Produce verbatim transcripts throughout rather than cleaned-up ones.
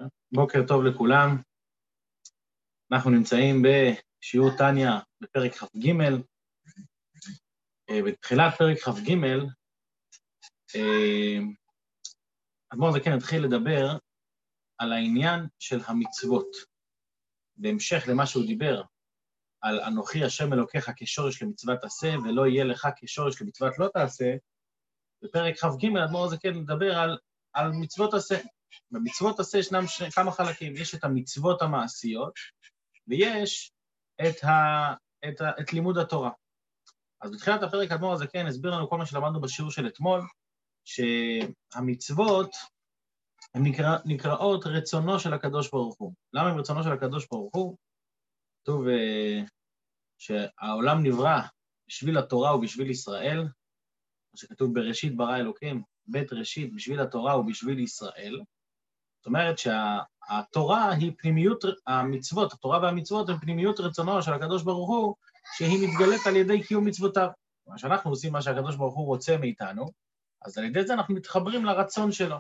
בוקר טוב לכולם. אנחנו נמצאים בשיעור תניא בפרק כ"ג. בתחילת פרק כ"ג, אדמו"ר הזקן התחיל לדבר על העניין של המצוות. בהמשך למה שהוא דיבר על אנוכי השם אלוקיך כשורש למצוות עשה, ולא יהיה לך כשורש למצוות לא תעשה, בפרק כ"ג אדמו"ר הזקן מדבר על, על מצוות עשה. במצוות עשה ישנם שני, כמה חלקים. יש את המצוות המעשיות, ויש את, ה, את, ה, את לימוד התורה. אז בתחילת הפרק אדמו"ר הזקן הסביר לנו כל מה שלמדנו בשיעור של אתמול, שהמצוות הן נקרא, נקראות רצונו של הקדוש ברוך הוא. למה הם רצונו של הקדוש ברוך הוא? כתוב שהעולם נברא בשביל התורה ובשביל ישראל, מה שכתוב בראשית ברא אלוקים, בית ראשית בשביל התורה ובשביל ישראל. זאת אומרת שהתורה היא פנימיות, המצוות, התורה והמצוות הן פנימיות רצונו של הקדוש ברוך הוא, שהיא מתגלית על ידי קיום מצוותיו. מה שאנחנו עושים, מה שהקדוש ברוך הוא רוצה מאיתנו, אז על ידי זה אנחנו מתחברים לרצון שלו.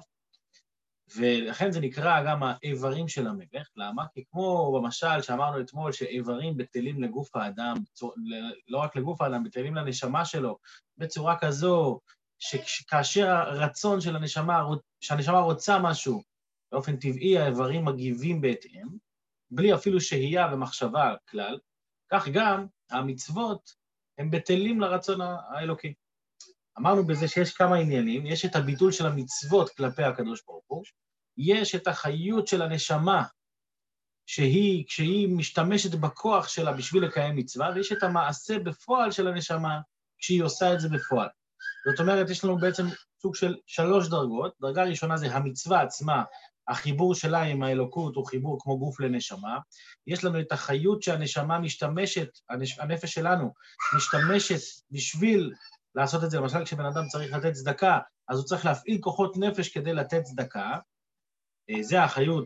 ולכן זה נקרא גם האיברים של המלך. למה? כי כמו במשל שאמרנו אתמול, שאיברים בטלים לגוף האדם, לא רק לגוף האדם, בטלים לנשמה שלו, בצורה כזו, שכאשר הרצון של הנשמה, שהנשמה רוצה משהו, באופן טבעי האיברים מגיבים בהתאם, בלי אפילו שהייה ומחשבה כלל, כך גם המצוות הם בטלים לרצון האלוקי. אמרנו בזה שיש כמה עניינים, יש את הביטול של המצוות כלפי הקדוש ברוך הוא, יש את החיות של הנשמה, שהיא, כשהיא משתמשת בכוח שלה בשביל לקיים מצווה, ויש את המעשה בפועל של הנשמה, כשהיא עושה את זה בפועל. זאת אומרת, יש לנו בעצם סוג של שלוש דרגות. דרגה ראשונה זה המצווה עצמה, החיבור שלה עם האלוקות הוא חיבור כמו גוף לנשמה. יש לנו את החיות שהנשמה משתמשת, הנפש שלנו משתמשת בשביל לעשות את זה. למשל, כשבן אדם צריך לתת צדקה, אז הוא צריך להפעיל כוחות נפש כדי לתת צדקה. זה החיות,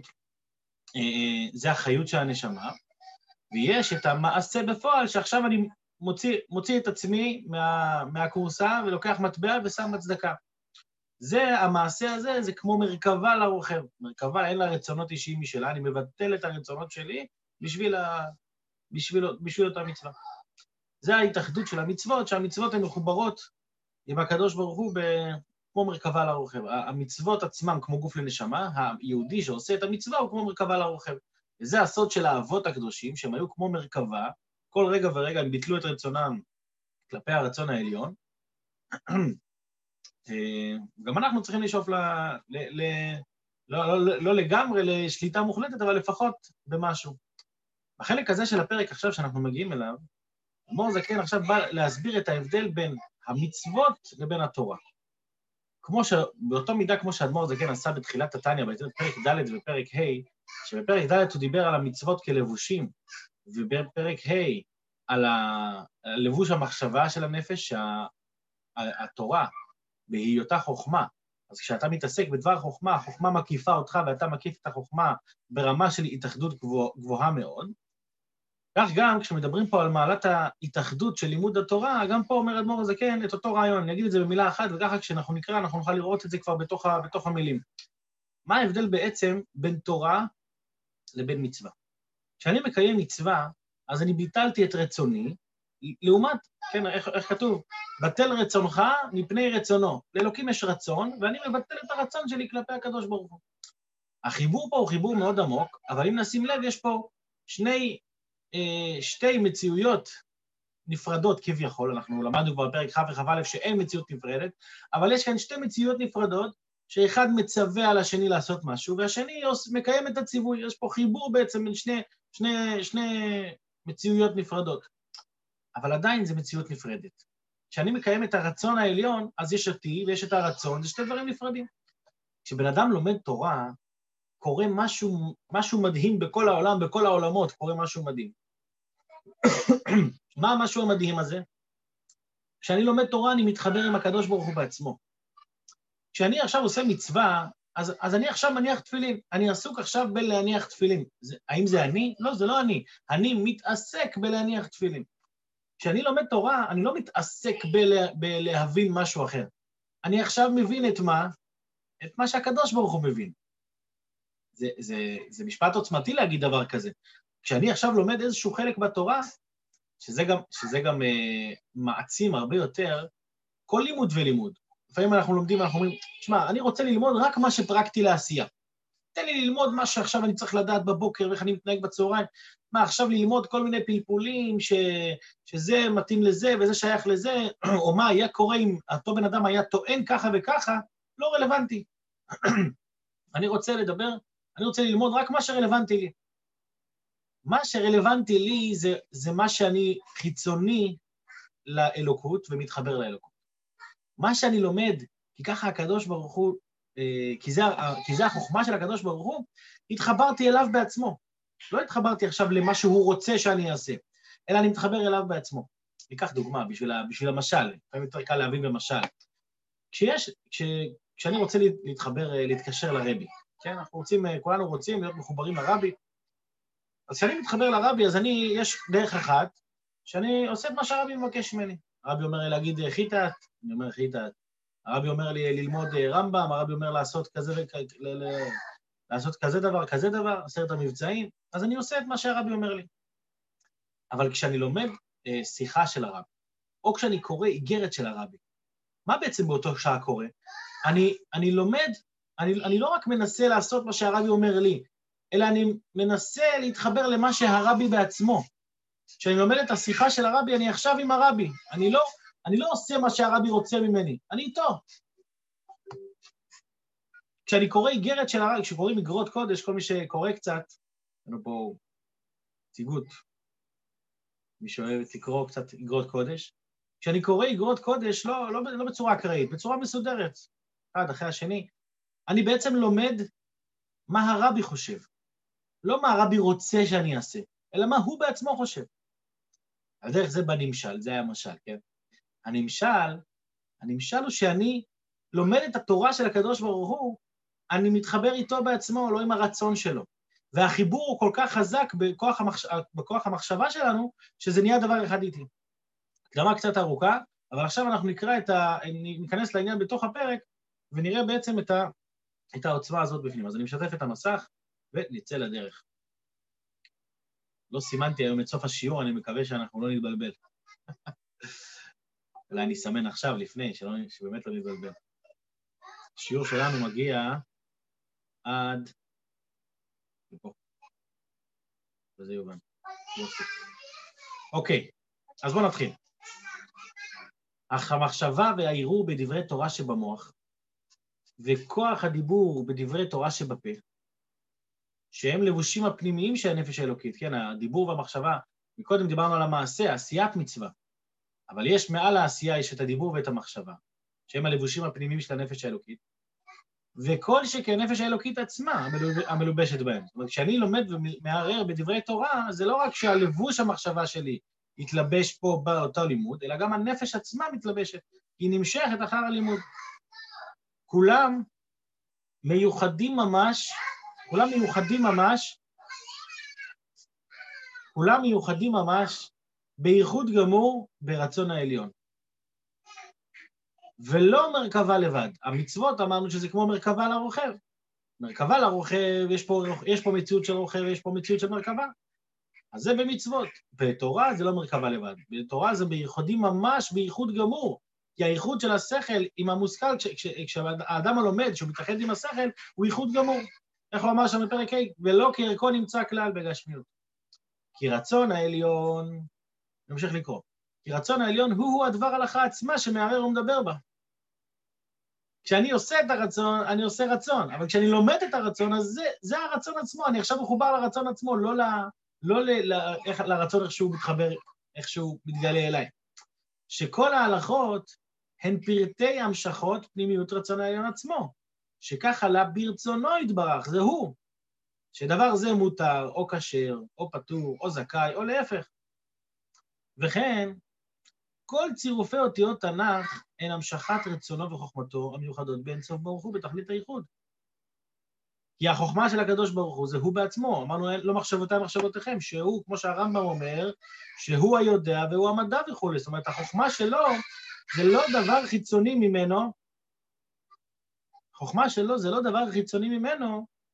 זה החיות של הנשמה. ויש את המעשה בפועל, שעכשיו אני מוציא, מוציא את עצמי מה, מהקורסה ולוקח מטבע ושם בצדקה. זה, המעשה הזה, זה כמו מרכבה לרוכב. מרכבה אין לה רצונות אישיים משלה, אני מבטל את הרצונות שלי בשביל, ה... בשביל, בשביל אותה מצווה. זה ההתאחדות של המצוות, שהמצוות הן מחוברות עם הקדוש ברוך הוא ב... כמו מרכבה לרוכב. המצוות עצמם כמו גוף לנשמה, היהודי שעושה את המצווה הוא כמו מרכבה לרוכב. וזה הסוד של האבות הקדושים, שהם היו כמו מרכבה, כל רגע ורגע הם ביטלו את רצונם כלפי הרצון העליון. גם אנחנו צריכים לשאוף ל... ל... ל... לא, לא, לא לגמרי לשליטה מוחלטת, אבל לפחות במשהו. בחלק הזה של הפרק עכשיו שאנחנו מגיעים אליו, אדמו"ר הזקן עכשיו בא להסביר את ההבדל בין המצוות לבין התורה. כמו ש... באותו מידה כמו שאדמו"ר הזקן עשה בתחילת התניא, בפרק ד' ופרק ה', שבפרק ד' הוא דיבר על המצוות כלבושים, ובפרק ה' על הלבוש המחשבה של הנפש, שהתורה, בהיותה חוכמה. אז כשאתה מתעסק בדבר חוכמה, החוכמה מקיפה אותך, ואתה מקיף את החוכמה ברמה של התאחדות גבוה, גבוהה מאוד. כך גם כשמדברים פה על מעלת ההתאחדות של לימוד התורה, גם פה אומר אדמו"ר הזקן את אותו רעיון. אני אגיד את זה במילה אחת, וככה כשאנחנו נקרא, אנחנו נוכל לראות את זה כבר בתוך, ה, בתוך המילים. מה ההבדל בעצם בין תורה לבין מצווה? כשאני מקיים מצווה, אז אני ביטלתי את רצוני, לעומת, כן, איך, איך כתוב? בטל רצונך מפני רצונו. לאלוקים יש רצון, ואני מבטל את הרצון שלי כלפי הקדוש ברוך הוא. החיבור פה הוא חיבור מאוד עמוק, אבל אם נשים לב, יש פה שני, אה, שתי מציאויות נפרדות כביכול. אנחנו למדנו כבר בפרק כ' וכ"א שאין מציאות נפרדת, אבל יש כאן שתי מציאויות נפרדות, שאחד מצווה על השני לעשות משהו, והשני מקיים את הציווי. יש פה חיבור בעצם בין שני, שני, שני מציאויות נפרדות. אבל עדיין זה מציאות נפרדת. כשאני מקיים את הרצון העליון, אז יש אותי ויש את הרצון, זה שתי דברים נפרדים. כשבן אדם לומד תורה, קורה משהו, משהו מדהים בכל העולם, בכל העולמות, קורה משהו מדהים. מה המשהו המדהים הזה? כשאני לומד תורה, אני מתחבר עם הקדוש ברוך הוא בעצמו. כשאני עכשיו עושה מצווה, אז, אז אני עכשיו מניח תפילין. אני עסוק עכשיו בלהניח תפילין. זה, האם זה אני? לא, זה לא אני. אני מתעסק בלהניח תפילין. כשאני לומד תורה, אני לא מתעסק בלה, בלהבין משהו אחר. אני עכשיו מבין את מה? את מה שהקדוש ברוך הוא מבין. זה, זה, זה משפט עוצמתי להגיד דבר כזה. כשאני עכשיו לומד איזשהו חלק בתורה, שזה גם, שזה גם אה, מעצים הרבה יותר, כל לימוד ולימוד. לפעמים אנחנו לומדים ואנחנו אומרים, תשמע, אני רוצה ללמוד רק מה שפרקטי לעשייה. תן לי ללמוד מה שעכשיו אני צריך לדעת בבוקר, ואיך אני מתנהג בצהריים. מה, עכשיו ללמוד כל מיני פלפולים, ש... שזה מתאים לזה וזה שייך לזה, או מה היה קורה אם אותו בן אדם היה טוען ככה וככה, לא רלוונטי. אני רוצה לדבר, אני רוצה ללמוד רק מה שרלוונטי לי. מה שרלוונטי לי זה, זה מה שאני חיצוני לאלוקות ומתחבר לאלוקות. מה שאני לומד, כי ככה הקדוש ברוך הוא, כי זה, כי זה החוכמה של הקדוש ברוך הוא, התחברתי אליו בעצמו. לא התחברתי עכשיו למה שהוא רוצה שאני אעשה, אלא אני מתחבר אליו בעצמו. ניקח דוגמה בשביל, בשביל המשל, לפעמים יותר קל להבין במשל. כשיש, כש, כשאני רוצה להתחבר, להתקשר לרבי, כן? אנחנו רוצים, כולנו רוצים להיות מחוברים לרבי, אז כשאני מתחבר לרבי, אז אני, יש דרך אחת, שאני עושה את מה שהרבי מבקש ממני. הרבי אומר לי להגיד חיטת, אני אומר חיטת. הרבי אומר לי ללמוד רמב"ם, הרבי אומר לעשות כזה, לעשות כזה דבר, כזה דבר, עשרת המבצעים, אז אני עושה את מה שהרבי אומר לי. אבל כשאני לומד שיחה של הרבי, או כשאני קורא איגרת של הרבי, מה בעצם באותו שעה קורה? אני, אני לומד, אני, אני לא רק מנסה לעשות מה שהרבי אומר לי, אלא אני מנסה להתחבר למה שהרבי בעצמו. כשאני לומד את השיחה של הרבי, אני עכשיו עם הרבי. אני לא, אני לא עושה מה שהרבי רוצה ממני, אני איתו. כשאני קורא איגרת של הרבי, כשקוראים איגרות קודש, כל מי שקורא קצת, אני פה ציגות, מי שאוהב לקרוא קצת איגרות קודש, כשאני קורא איגרות קודש, לא, לא, לא בצורה אקראית, בצורה מסודרת, אחד אחרי השני, אני בעצם לומד מה הרבי חושב. לא מה הרבי רוצה שאני אעשה, אלא מה הוא בעצמו חושב. על דרך זה בנמשל, זה היה משל, כן? הנמשל, הנמשל הוא שאני לומד את התורה של הקדוש ברוך הוא, אני מתחבר איתו בעצמו, לא עם הרצון שלו. והחיבור הוא כל כך חזק בכוח, המחש... בכוח המחשבה שלנו, שזה נהיה דבר אחד איתי. הקדמה קצת ארוכה, אבל עכשיו אנחנו נקרא את ה... ניכנס לעניין בתוך הפרק, ונראה בעצם את, ה... את העוצמה הזאת בפנים. אז אני משתף את המסך, ונצא לדרך. לא סימנתי היום את סוף השיעור, אני מקווה שאנחנו לא נתבלבל. אולי אני אסמן עכשיו, לפני, שלא, שבאמת לא נתבלבל. השיעור שלנו מגיע עד... לפה. וזה יובן. אוקיי, אז בואו נתחיל. אך המחשבה והעירור בדברי תורה שבמוח, וכוח הדיבור בדברי תורה שבפה, שהם לבושים הפנימיים של הנפש האלוקית, כן, הדיבור והמחשבה, מקודם דיברנו על המעשה, עשיית מצווה, אבל יש מעל העשייה, יש את הדיבור ואת המחשבה, שהם הלבושים הפנימיים של הנפש האלוקית, וכל שכנפש האלוקית עצמה המלובשת בהם. זאת אומרת, כשאני לומד ומערער בדברי תורה, זה לא רק שהלבוש המחשבה שלי יתלבש פה באותו לימוד, אלא גם הנפש עצמה מתלבשת, היא נמשכת אחר הלימוד. כולם מיוחדים ממש, כולם מיוחדים ממש, כולם מיוחדים ממש בייחוד גמור ברצון העליון. ולא מרכבה לבד. המצוות אמרנו שזה כמו מרכבה לרוכב. מרכבה לרוכב, יש פה, יש פה מציאות של רוכב, יש פה מציאות של מרכבה. אז זה במצוות. בתורה זה לא מרכבה לבד. בתורה זה בייחודים ממש בייחוד גמור. כי הייחוד של השכל עם המושכל, כש, כש, כשהאדם הלומד, שהוא מתאחד עם השכל, הוא ייחוד גמור. איך הוא אמר שם בפרק ה' ולא כי ערכו נמצא כלל בגשמיות. כי רצון העליון, נמשיך לקרוא, כי רצון העליון הוא-הוא הדבר הלכה עצמה שמערער ומדבר בה. כשאני עושה את הרצון, אני עושה רצון, אבל כשאני לומד את הרצון, אז זה, זה הרצון עצמו, אני עכשיו מחובר לרצון עצמו, לא, ל, לא ל, ל, איך, לרצון איך שהוא מתחבר, איך שהוא מתגלה אליי. שכל ההלכות הן פרטי המשכות פנימיות רצון העליון עצמו, שכך עלה ברצונו יתברך, זה הוא, שדבר זה מותר, או כשר, או פטור, או זכאי, או להפך. וכן, כל צירופי אותיות תנ"ך הן המשכת רצונו וחוכמתו המיוחדות באין סוף ברוך הוא בתכלית הייחוד. כי החוכמה של הקדוש ברוך הוא זה הוא בעצמו, אמרנו לא מחשבותיי מחשבותיכם, שהוא, כמו שהרמב"ם אומר, שהוא היודע והוא המדע וכו'. זאת אומרת, החוכמה שלו זה לא דבר חיצוני ממנו, החוכמה שלו זה לא דבר חיצוני ממנו,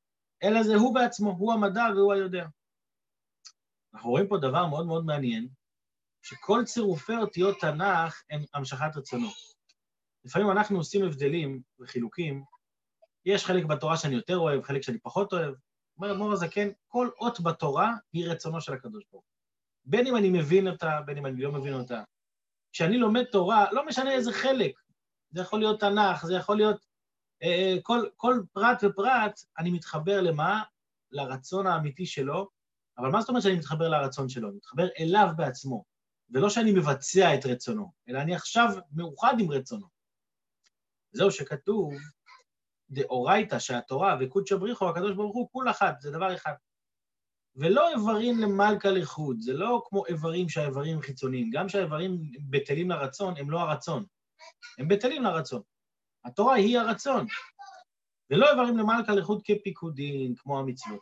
אלא זה הוא בעצמו, הוא המדע והוא היודע. אנחנו רואים פה דבר מאוד מאוד מעניין, שכל צירופי אותיות תנ"ך הם המשכת רצונו. לפעמים אנחנו עושים הבדלים וחילוקים, יש חלק בתורה שאני יותר אוהב, חלק שאני פחות אוהב. אומר אדמו"ר הזקן, כל אות בתורה היא רצונו של הקדוש ברוך הוא. בין אם אני מבין אותה, בין אם אני לא מבין אותה. כשאני לומד תורה, לא משנה איזה חלק, זה יכול להיות תנ"ך, זה יכול להיות אה, כל, כל פרט ופרט, אני מתחבר למה? לרצון האמיתי שלו, אבל מה זאת אומרת שאני מתחבר לרצון שלו? אני מתחבר אליו בעצמו, ולא שאני מבצע את רצונו, אלא אני עכשיו מאוחד עם רצונו. זהו שכתוב, דאורייתא שהתורה וקודשא בריחו, הקדוש ברוך הוא, כול אחד, זה דבר אחד. ולא איברים למלכה לחוד, זה לא כמו איברים שהאיברים חיצוניים, גם שהאיברים בטלים לרצון, הם לא הרצון, הם בטלים לרצון. התורה היא הרצון, ולא איברים למלכה לחוד כפיקודין, כמו המצוות.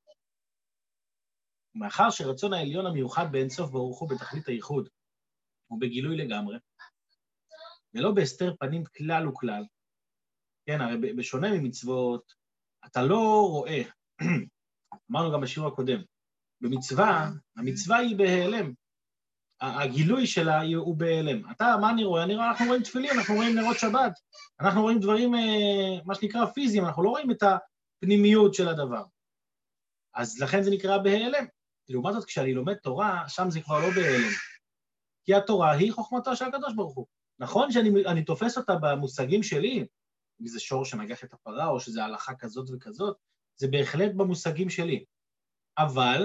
מאחר שרצון העליון המיוחד באינסוף ברוך הוא בתכלית הייחוד, הוא בגילוי לגמרי, ולא בהסתר פנים כלל וכלל, כן, הרי בשונה ממצוות, אתה לא רואה, אמרנו גם בשיעור הקודם, במצווה, המצווה היא בהיעלם, הגילוי שלה הוא בהיעלם. אתה, מה אני רואה? אני רואה, אנחנו רואים תפילין, אנחנו רואים נרות שבת, אנחנו רואים דברים, מה שנקרא פיזיים, אנחנו לא רואים את הפנימיות של הדבר. אז לכן זה נקרא בהיעלם. לעומת זאת, כשאני לומד תורה, שם זה כבר לא בהיעלם. כי התורה היא חוכמתו של הקדוש ברוך הוא. נכון שאני אני תופס אותה במושגים שלי, אם זה שור שנגח את הפרה, או שזה הלכה כזאת וכזאת, זה בהחלט במושגים שלי. אבל,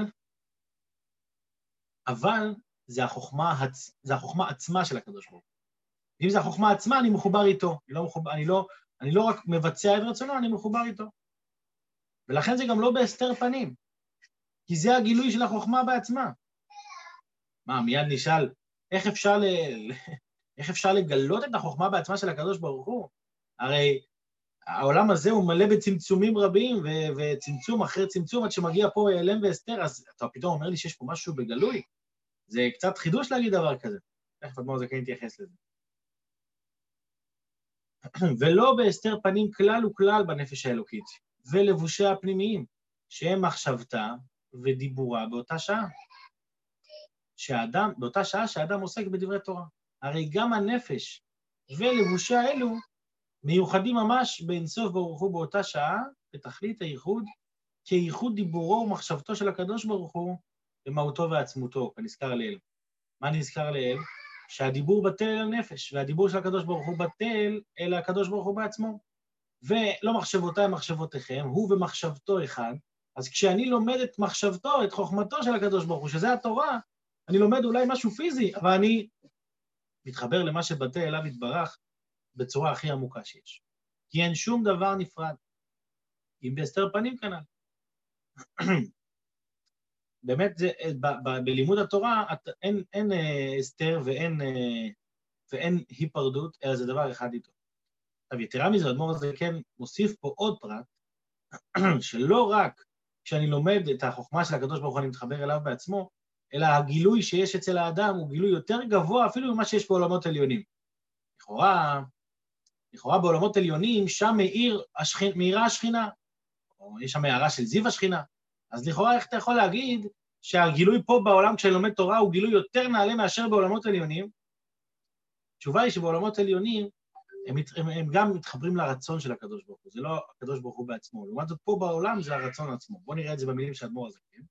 אבל זה החוכמה, הצ... זה החוכמה עצמה של הקדוש ברוך הוא. אם זה החוכמה עצמה, אני מחובר איתו. אני לא, מחובר, אני לא, אני לא רק מבצע את רצונו, אני מחובר איתו. ולכן זה גם לא בהסתר פנים, כי זה הגילוי של החוכמה בעצמה. מה, מיד נשאל, איך אפשר, ל... איך אפשר לגלות את החוכמה בעצמה של הקדוש ברוך הוא? הרי העולם הזה הוא מלא בצמצומים רבים, ו- וצמצום אחרי צמצום, עד שמגיע פה העלם והסתר, אז אתה פתאום אומר לי שיש פה משהו בגלוי. זה קצת חידוש להגיד דבר כזה. איך אדמו"ר הזקן יתייחס לזה? ולא בהסתר פנים כלל וכלל בנפש האלוקית, ולבושי הפנימיים, שהם מחשבתה ודיבורה באותה שעה. שהאדם, באותה שעה שהאדם עוסק בדברי תורה. הרי גם הנפש ולבושי האלו, מיוחדים ממש באינסוף ברוך הוא באותה שעה, בתכלית הייחוד, כייחוד דיבורו ומחשבתו של הקדוש ברוך הוא, במהותו ועצמותו, כנזכר לאל. מה נזכר לאל? שהדיבור בטל אל הנפש, והדיבור של הקדוש ברוך הוא בטל אל הקדוש ברוך הוא בעצמו. ולא מחשבותיי מחשבותיכם, הוא ומחשבתו אחד, אז כשאני לומד את מחשבתו, את חוכמתו של הקדוש ברוך הוא, שזה התורה, אני לומד אולי משהו פיזי, אבל אני מתחבר למה שבטל אליו יתברך, בצורה הכי עמוקה שיש. כי אין שום דבר נפרד. אם בהסתר פנים כנ"ל. באמת, זה, ב, ב, בלימוד התורה אין, אין אה, הסתר ואין, אה, ואין היפרדות, אלא זה דבר אחד איתו. עכשיו, יתרה מזה, אדמו"ר הזקן מוסיף פה עוד פרט, שלא רק כשאני לומד את החוכמה של הקדוש ברוך הוא, אני מתחבר אליו בעצמו, אלא הגילוי שיש אצל האדם הוא גילוי יותר גבוה אפילו ממה שיש בעולמות עליונים. לכאורה, לכאורה בעולמות עליונים, שם מאיר השכינה, מאירה השכינה, או יש שם הערה של זיו השכינה, אז לכאורה איך אתה יכול להגיד שהגילוי פה בעולם כשאני לומד תורה הוא גילוי יותר נעלה מאשר בעולמות עליונים? התשובה היא שבעולמות עליונים הם, הם, הם גם מתחברים לרצון של הקדוש ברוך הוא, זה לא הקדוש ברוך הוא בעצמו, לעומת זאת פה בעולם זה הרצון עצמו. בואו נראה את זה במילים של אדמו"ר הזקן.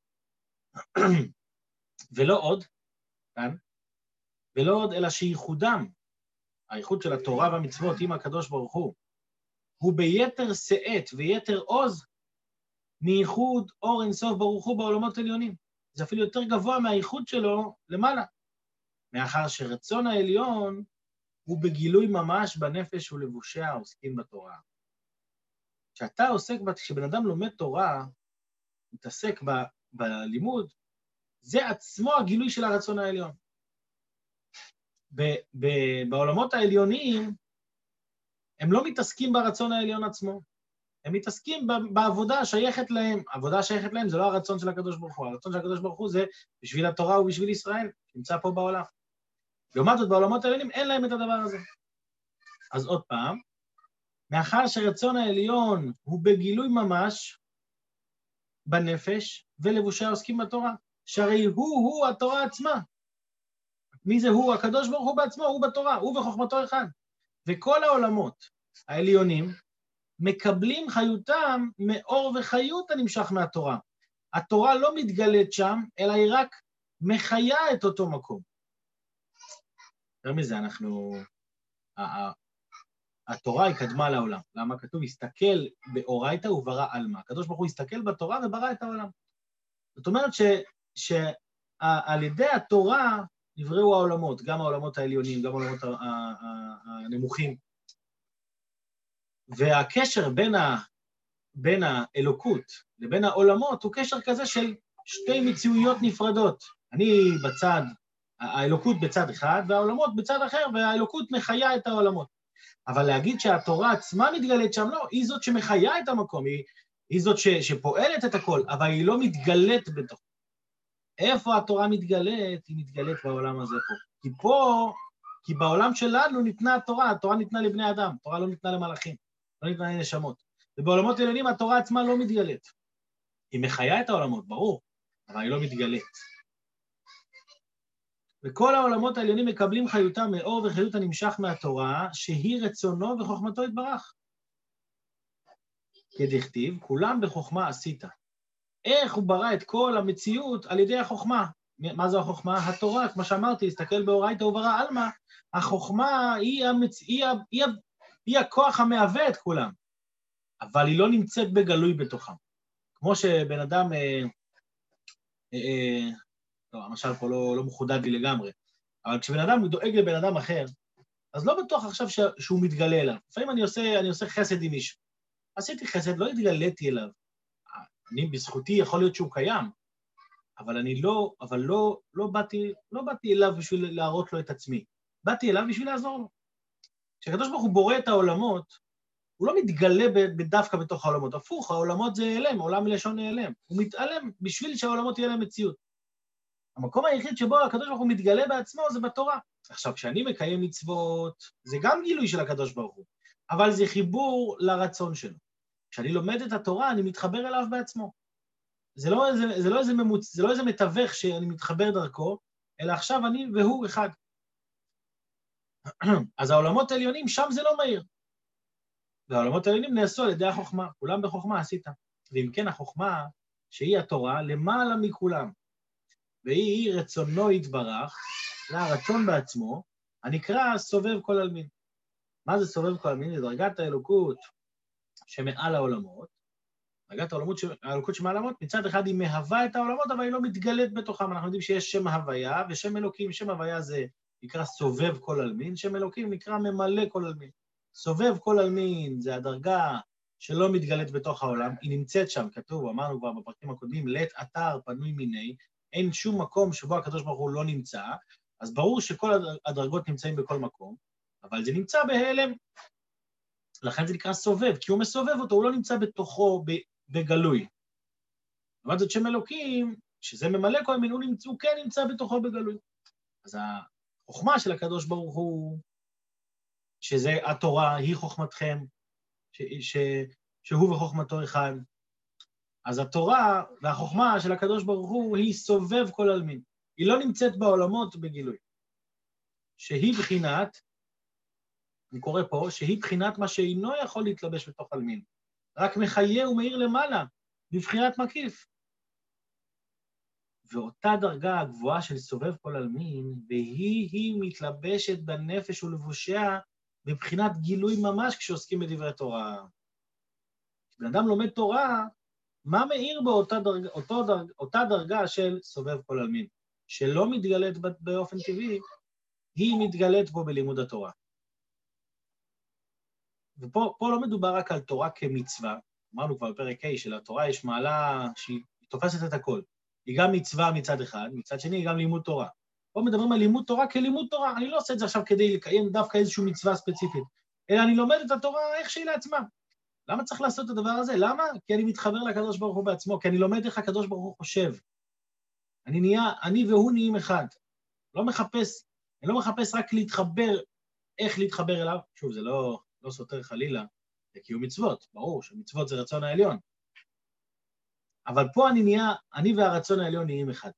ולא עוד, כאן, ולא עוד אלא שייחודם, הייחוד של התורה והמצוות עם הקדוש ברוך הוא, הוא ביתר שאת ויתר עוז מייחוד אור אינסוף ברוך הוא בעולמות עליונים. זה אפילו יותר גבוה מהייחוד שלו למעלה. מאחר שרצון העליון הוא בגילוי ממש בנפש ולבושיה העוסקים בתורה. כשאתה עוסק, כשבן אדם לומד תורה, מתעסק ב, בלימוד, זה עצמו הגילוי של הרצון העליון. ב, ב, בעולמות העליוניים, הם לא מתעסקים ברצון העליון עצמו, הם מתעסקים בעבודה השייכת להם. העבודה השייכת להם זה לא הרצון של הקדוש ברוך הוא, הרצון של הקדוש ברוך הוא זה בשביל התורה ובשביל ישראל, נמצא פה בעולם. לעומת זאת, בעולמות העליונים אין להם את הדבר הזה. אז עוד פעם, מאחר שרצון העליון הוא בגילוי ממש, בנפש, ולבושי העוסקים בתורה, שהרי הוא-הוא התורה עצמה. מי זה הוא? הקדוש ברוך הוא בעצמו, הוא בתורה, הוא וחוכמתו אחד. וכל העולמות העליונים מקבלים חיותם מאור וחיות הנמשך מהתורה. התורה לא מתגלית שם, אלא היא רק מחיה את אותו מקום. יותר מזה, אנחנו... התורה היא קדמה לעולם. למה כתוב? הסתכל באורייתא וברא עלמא. הקדוש ברוך הוא הסתכל בתורה וברא את העולם. זאת אומרת ש... שעל ידי התורה נבראו העולמות, גם העולמות העליונים, גם העולמות הנמוכים. והקשר בין, ה... בין האלוקות לבין העולמות הוא קשר כזה של שתי מציאויות נפרדות. אני בצד, האלוקות בצד אחד, והעולמות בצד אחר, והאלוקות מחיה את העולמות. אבל להגיד שהתורה עצמה מתגלית שם, לא, היא זאת שמחיה את המקום, היא, היא זאת ש, שפועלת את הכל, אבל היא לא מתגלית בתוך. איפה התורה מתגלית? היא מתגלית בעולם הזה פה. כי פה, כי בעולם שלנו ניתנה התורה, התורה ניתנה לבני אדם, התורה לא ניתנה למלאכים, לא ניתנה לנשמות. ובעולמות עליונים התורה עצמה לא מתגלית. היא מחיה את העולמות, ברור, אבל היא לא מתגלית. וכל העולמות העליונים מקבלים חיותם מאור וחיות הנמשך מהתורה, שהיא רצונו וחוכמתו יתברך. כדכתיב, כולם בחוכמה עשית. איך הוא ברא את כל המציאות על ידי החוכמה? מה זו החוכמה? התורה, כמו שאמרתי, הסתכל באורייתא וברא עלמא, החוכמה היא, המצ... היא, ה... היא, ה... היא הכוח המהווה את כולם, אבל היא לא נמצאת בגלוי בתוכם. כמו שבן אדם... אה, אה, לא, המשל פה לא, לא מחודד לי לגמרי, אבל כשבן אדם דואג לבן אדם אחר, אז לא בטוח עכשיו ש... שהוא מתגלה אליו. לפעמים אני עושה, אני עושה חסד עם מישהו. עשיתי חסד, לא התגליתי אליו. אני בזכותי יכול להיות שהוא קיים, אבל אני לא, אבל לא, לא באתי, לא באתי אליו בשביל להראות לו את עצמי. באתי אליו בשביל לעזור לו. כשהקדוש ברוך הוא בורא את העולמות, הוא לא מתגלה בדווקא בתוך העולמות. הפוך, העולמות זה נעלם, עולם מלשון נעלם. הוא מתעלם בשביל שהעולמות יהיה להם מציאות. המקום היחיד שבו הקדוש ברוך הוא מתגלה בעצמו זה בתורה. עכשיו, כשאני מקיים מצוות, זה גם גילוי של הקדוש ברוך הוא, אבל זה חיבור לרצון שלו. כשאני לומד את התורה, אני מתחבר אליו בעצמו. זה לא איזה, זה לא איזה ממוצ... זה לא איזה מתווך שאני מתחבר דרכו, אלא עכשיו אני והוא אחד. אז העולמות העליונים, שם זה לא מהיר. והעולמות העליונים נעשו על ידי החוכמה, כולם בחוכמה עשית. ואם כן, החוכמה, שהיא התורה, למעלה מכולם, והיא רצונו יתברך, זה הרצון בעצמו, הנקרא סובב כל עלמין. מה זה סובב כל עלמין? זה דרגת האלוקות שמעל העולמות, דרגת העולמות, האלוקות שמעל העולמות, מצד אחד היא מהווה את העולמות, אבל היא לא מתגלית בתוכם. אנחנו יודעים שיש שם הוויה ושם אלוקים. שם הוויה זה נקרא סובב כל עלמין, שם אלוקים נקרא ממלא כל עלמין. סובב כל עלמין זה הדרגה שלא מתגלית בתוך העולם, היא נמצאת שם, כתוב, אמרנו כבר בפרקים הקודמים, לית אתר פנוי מיני, אין שום מקום שבו הקדוש ברוך הוא לא נמצא, אז ברור שכל הדרגות נמצאים בכל מקום, אבל זה נמצא בהלם. לכן זה נקרא סובב, כי הוא מסובב אותו, הוא לא נמצא בתוכו בגלוי. אבל זאת שם אלוקים, שזה ממלא כל מין, הוא, נמצא, הוא כן נמצא בתוכו בגלוי. אז החוכמה של הקדוש ברוך הוא, שזה התורה, היא חוכמתכם, ש, ש, שהוא וחוכמתו אחד. אז התורה והחוכמה של הקדוש ברוך הוא, היא סובב כל עלמין. היא לא נמצאת בעולמות בגילוי. שהיא בחינת, אני קורא פה, שהיא בחינת מה שאינו יכול להתלבש בתוך עלמין. רק מחיה ומאיר למעלה, בבחינת מקיף. ואותה דרגה הגבוהה של סובב כל עלמין, והיא-היא מתלבשת בנפש ולבושיה, בבחינת גילוי ממש כשעוסקים בדברי תורה. כשבן אדם לומד תורה, מה מאיר בו אותה דרגה, אותו דרג, אותה דרגה של סובב כל עלמין? שלא מתגלית באופן טבעי, היא מתגלית בו בלימוד התורה. ופה פה לא מדובר רק על תורה כמצווה, אמרנו כבר בפרק ה' של התורה יש מעלה שהיא תופסת את הכל. היא גם מצווה מצד אחד, מצד שני היא גם לימוד תורה. פה מדברים על לימוד תורה כלימוד תורה, אני לא עושה את זה עכשיו כדי לקיים דווקא איזושהי מצווה ספציפית, אלא אני לומד את התורה איך שהיא לעצמה. למה צריך לעשות את הדבר הזה? למה? כי אני מתחבר לקדוש ברוך הוא בעצמו, כי אני לומד איך הקדוש ברוך הוא חושב. אני נהיה, אני והוא נהיים אחד. לא מחפש, אני לא מחפש רק להתחבר, איך להתחבר אליו. שוב, זה לא, לא סותר חלילה, זה קיום מצוות, ברור שמצוות זה רצון העליון. אבל פה אני נהיה, אני והרצון העליון נהיים אחד.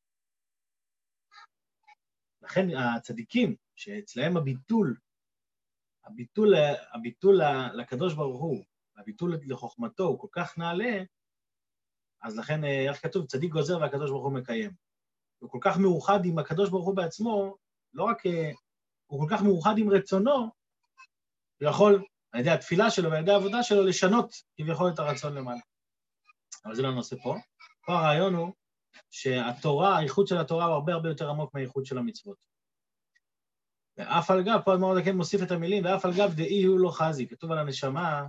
לכן הצדיקים, שאצלהם הביטול, הביטול, הביטול לקדוש ברוך הוא, הביטול לחוכמתו הוא כל כך נעלה, אז לכן, איך כתוב, צדיק גוזר והקדוש ברוך הוא מקיים. הוא כל כך מאוחד עם הקדוש ברוך הוא בעצמו, לא רק, הוא כל כך מאוחד עם רצונו, הוא יכול, על ידי התפילה שלו ועל ידי העבודה שלו, לשנות כביכול את הרצון למעלה. אבל זה לא נושא פה. פה הרעיון הוא שהתורה, האיחוד של התורה הוא הרבה הרבה יותר עמוק מהאיחוד של המצוות. ואף על גב, פה אדמו"ר הזקן מוסיף את המילים, ואף על גב דאי הוא לא חזי. כתוב על הנשמה,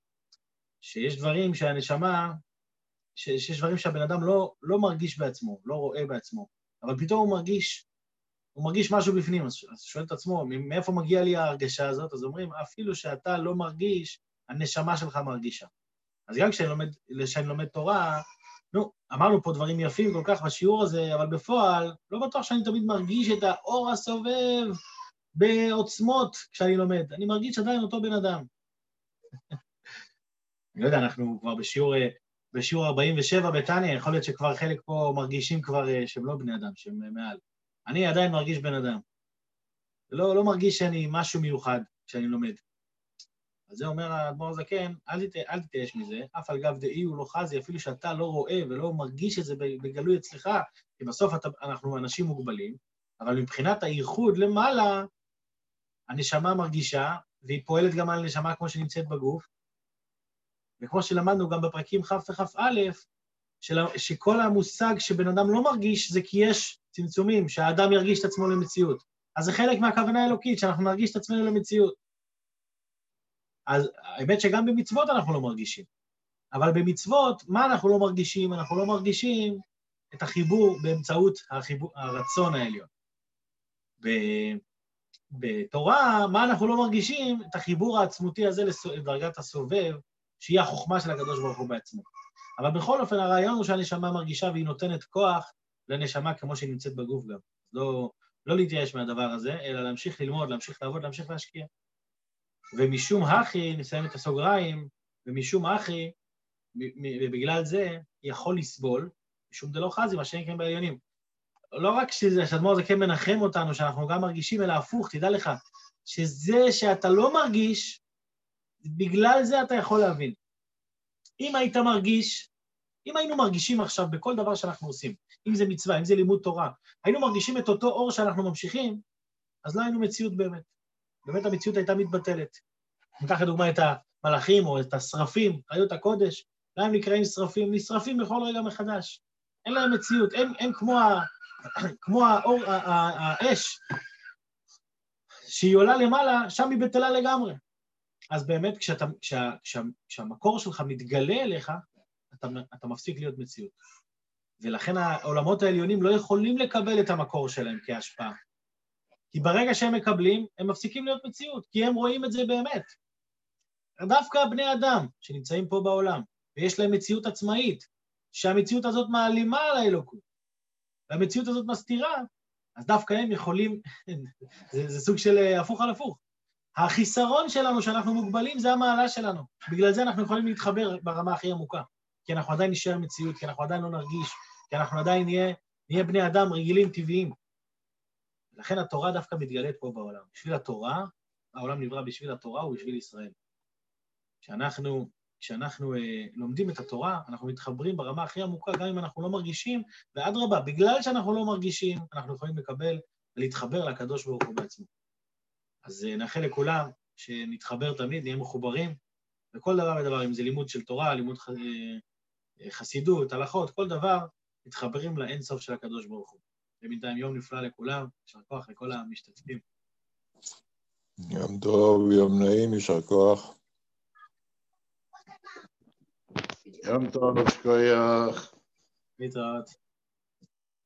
שיש דברים שהנשמה, שיש דברים שהבן אדם לא, לא מרגיש בעצמו, לא רואה בעצמו, אבל פתאום הוא מרגיש, הוא מרגיש משהו בפנים, אז שואל את עצמו, מאיפה מגיע לי ההרגשה הזאת? אז אומרים, אפילו שאתה לא מרגיש, הנשמה שלך מרגישה. אז גם כשאני לומד, כשאני לומד תורה, נו, אמרנו פה דברים יפים כל כך בשיעור הזה, אבל בפועל, לא בטוח שאני תמיד מרגיש את האור הסובב בעוצמות כשאני לומד. אני מרגיש עדיין אותו בן אדם. אני לא יודע, אנחנו כבר בשיעור, בשיעור ארבעים ושבע בתניא, יכול להיות שכבר חלק פה מרגישים כבר שהם לא בני אדם, שהם מעל. אני עדיין מרגיש בן אדם. לא, לא מרגיש שאני משהו מיוחד כשאני לומד. אז זה אומר האדמו"ר הזקן, אל, תת, אל תתייאש מזה, אף על גב דאי הוא לא חזי, אפילו שאתה לא רואה ולא מרגיש את זה בגלוי אצלך, כי בסוף אתה, אנחנו אנשים מוגבלים, אבל מבחינת הייחוד למעלה, הנשמה מרגישה, והיא פועלת גם על הנשמה כמו שנמצאת בגוף, וכמו שלמדנו גם בפרקים כ' וכ' א', שכל המושג שבן אדם לא מרגיש זה כי יש צמצומים, שהאדם ירגיש את עצמו למציאות. אז זה חלק מהכוונה האלוקית, שאנחנו נרגיש את עצמנו למציאות. אז האמת שגם במצוות אנחנו לא מרגישים. אבל במצוות, מה אנחנו לא מרגישים? אנחנו לא מרגישים את החיבור באמצעות החיבור, הרצון העליון. בתורה, מה אנחנו לא מרגישים? את החיבור העצמותי הזה לדרגת הסובב, שהיא החוכמה של הקדוש ברוך הוא בעצמו. אבל בכל אופן, הרעיון הוא שהנשמה מרגישה והיא נותנת כוח לנשמה כמו שהיא נמצאת בגוף גם. לא, לא להתייאש מהדבר הזה, אלא להמשיך ללמוד, להמשיך לעבוד, להמשיך להשקיע. ומשום הכי, נסיים את הסוגריים, ומשום הכי, ובגלל זה יכול לסבול, משום דלא חזי, מה שנקראים בעליונים. לא רק שזה, שהאדמו"ר הזקן מנחם אותנו, שאנחנו גם מרגישים, אלא הפוך, תדע לך, שזה שאתה לא מרגיש, בגלל זה אתה יכול להבין. אם היית מרגיש, אם היינו מרגישים עכשיו בכל דבר שאנחנו עושים, אם זה מצווה, אם זה לימוד תורה, היינו מרגישים את אותו אור שאנחנו ממשיכים, אז לא היינו מציאות באמת. באמת המציאות הייתה מתבטלת. ניקח לדוגמה את המלאכים או את השרפים, חיות הקודש, להם נקראים שרפים, נשרפים בכל רגע מחדש. אין להם מציאות, אין, אין כמו, ה, כמו האור, האש, שהיא עולה למעלה, שם היא בטלה לגמרי. אז באמת כשאתה, כשה, כשה, כשהמקור שלך מתגלה אליך, אתה, אתה מפסיק להיות מציאות. ולכן העולמות העליונים לא יכולים לקבל את המקור שלהם כהשפעה. כי ברגע שהם מקבלים, הם מפסיקים להיות מציאות, כי הם רואים את זה באמת. דווקא בני אדם שנמצאים פה בעולם, ויש להם מציאות עצמאית, שהמציאות הזאת מעלימה על האלוקות, והמציאות הזאת מסתירה, אז דווקא הם יכולים, זה, זה סוג של הפוך על הפוך. החיסרון שלנו שאנחנו מוגבלים זה המעלה שלנו. בגלל זה אנחנו יכולים להתחבר ברמה הכי עמוקה, כי אנחנו עדיין נשאר מציאות, כי אנחנו עדיין לא נרגיש, כי אנחנו עדיין נהיה, נהיה בני אדם רגילים טבעיים. לכן התורה דווקא מתגלית פה בעולם. בשביל התורה, העולם נברא בשביל התורה ובשביל ישראל. כשאנחנו, כשאנחנו אה, לומדים את התורה, אנחנו מתחברים ברמה הכי עמוקה, גם אם אנחנו לא מרגישים, ואדרבה, בגלל שאנחנו לא מרגישים, אנחנו יכולים לקבל ולהתחבר לקדוש ברוך הוא בעצמו. אז אה, נאחל לכולם שנתחבר תמיד, נהיה מחוברים, וכל דבר ודבר, אם זה לימוד של תורה, לימוד ח... אה, חסידות, הלכות, כל דבר, מתחברים לאין סוף של הקדוש ברוך הוא. ובינתיים יום נפלא לכולם, יישר כוח לכל המשתתפים. יום טוב, יום נעים, יישר כוח. יום טוב, שכוייך. להתראות.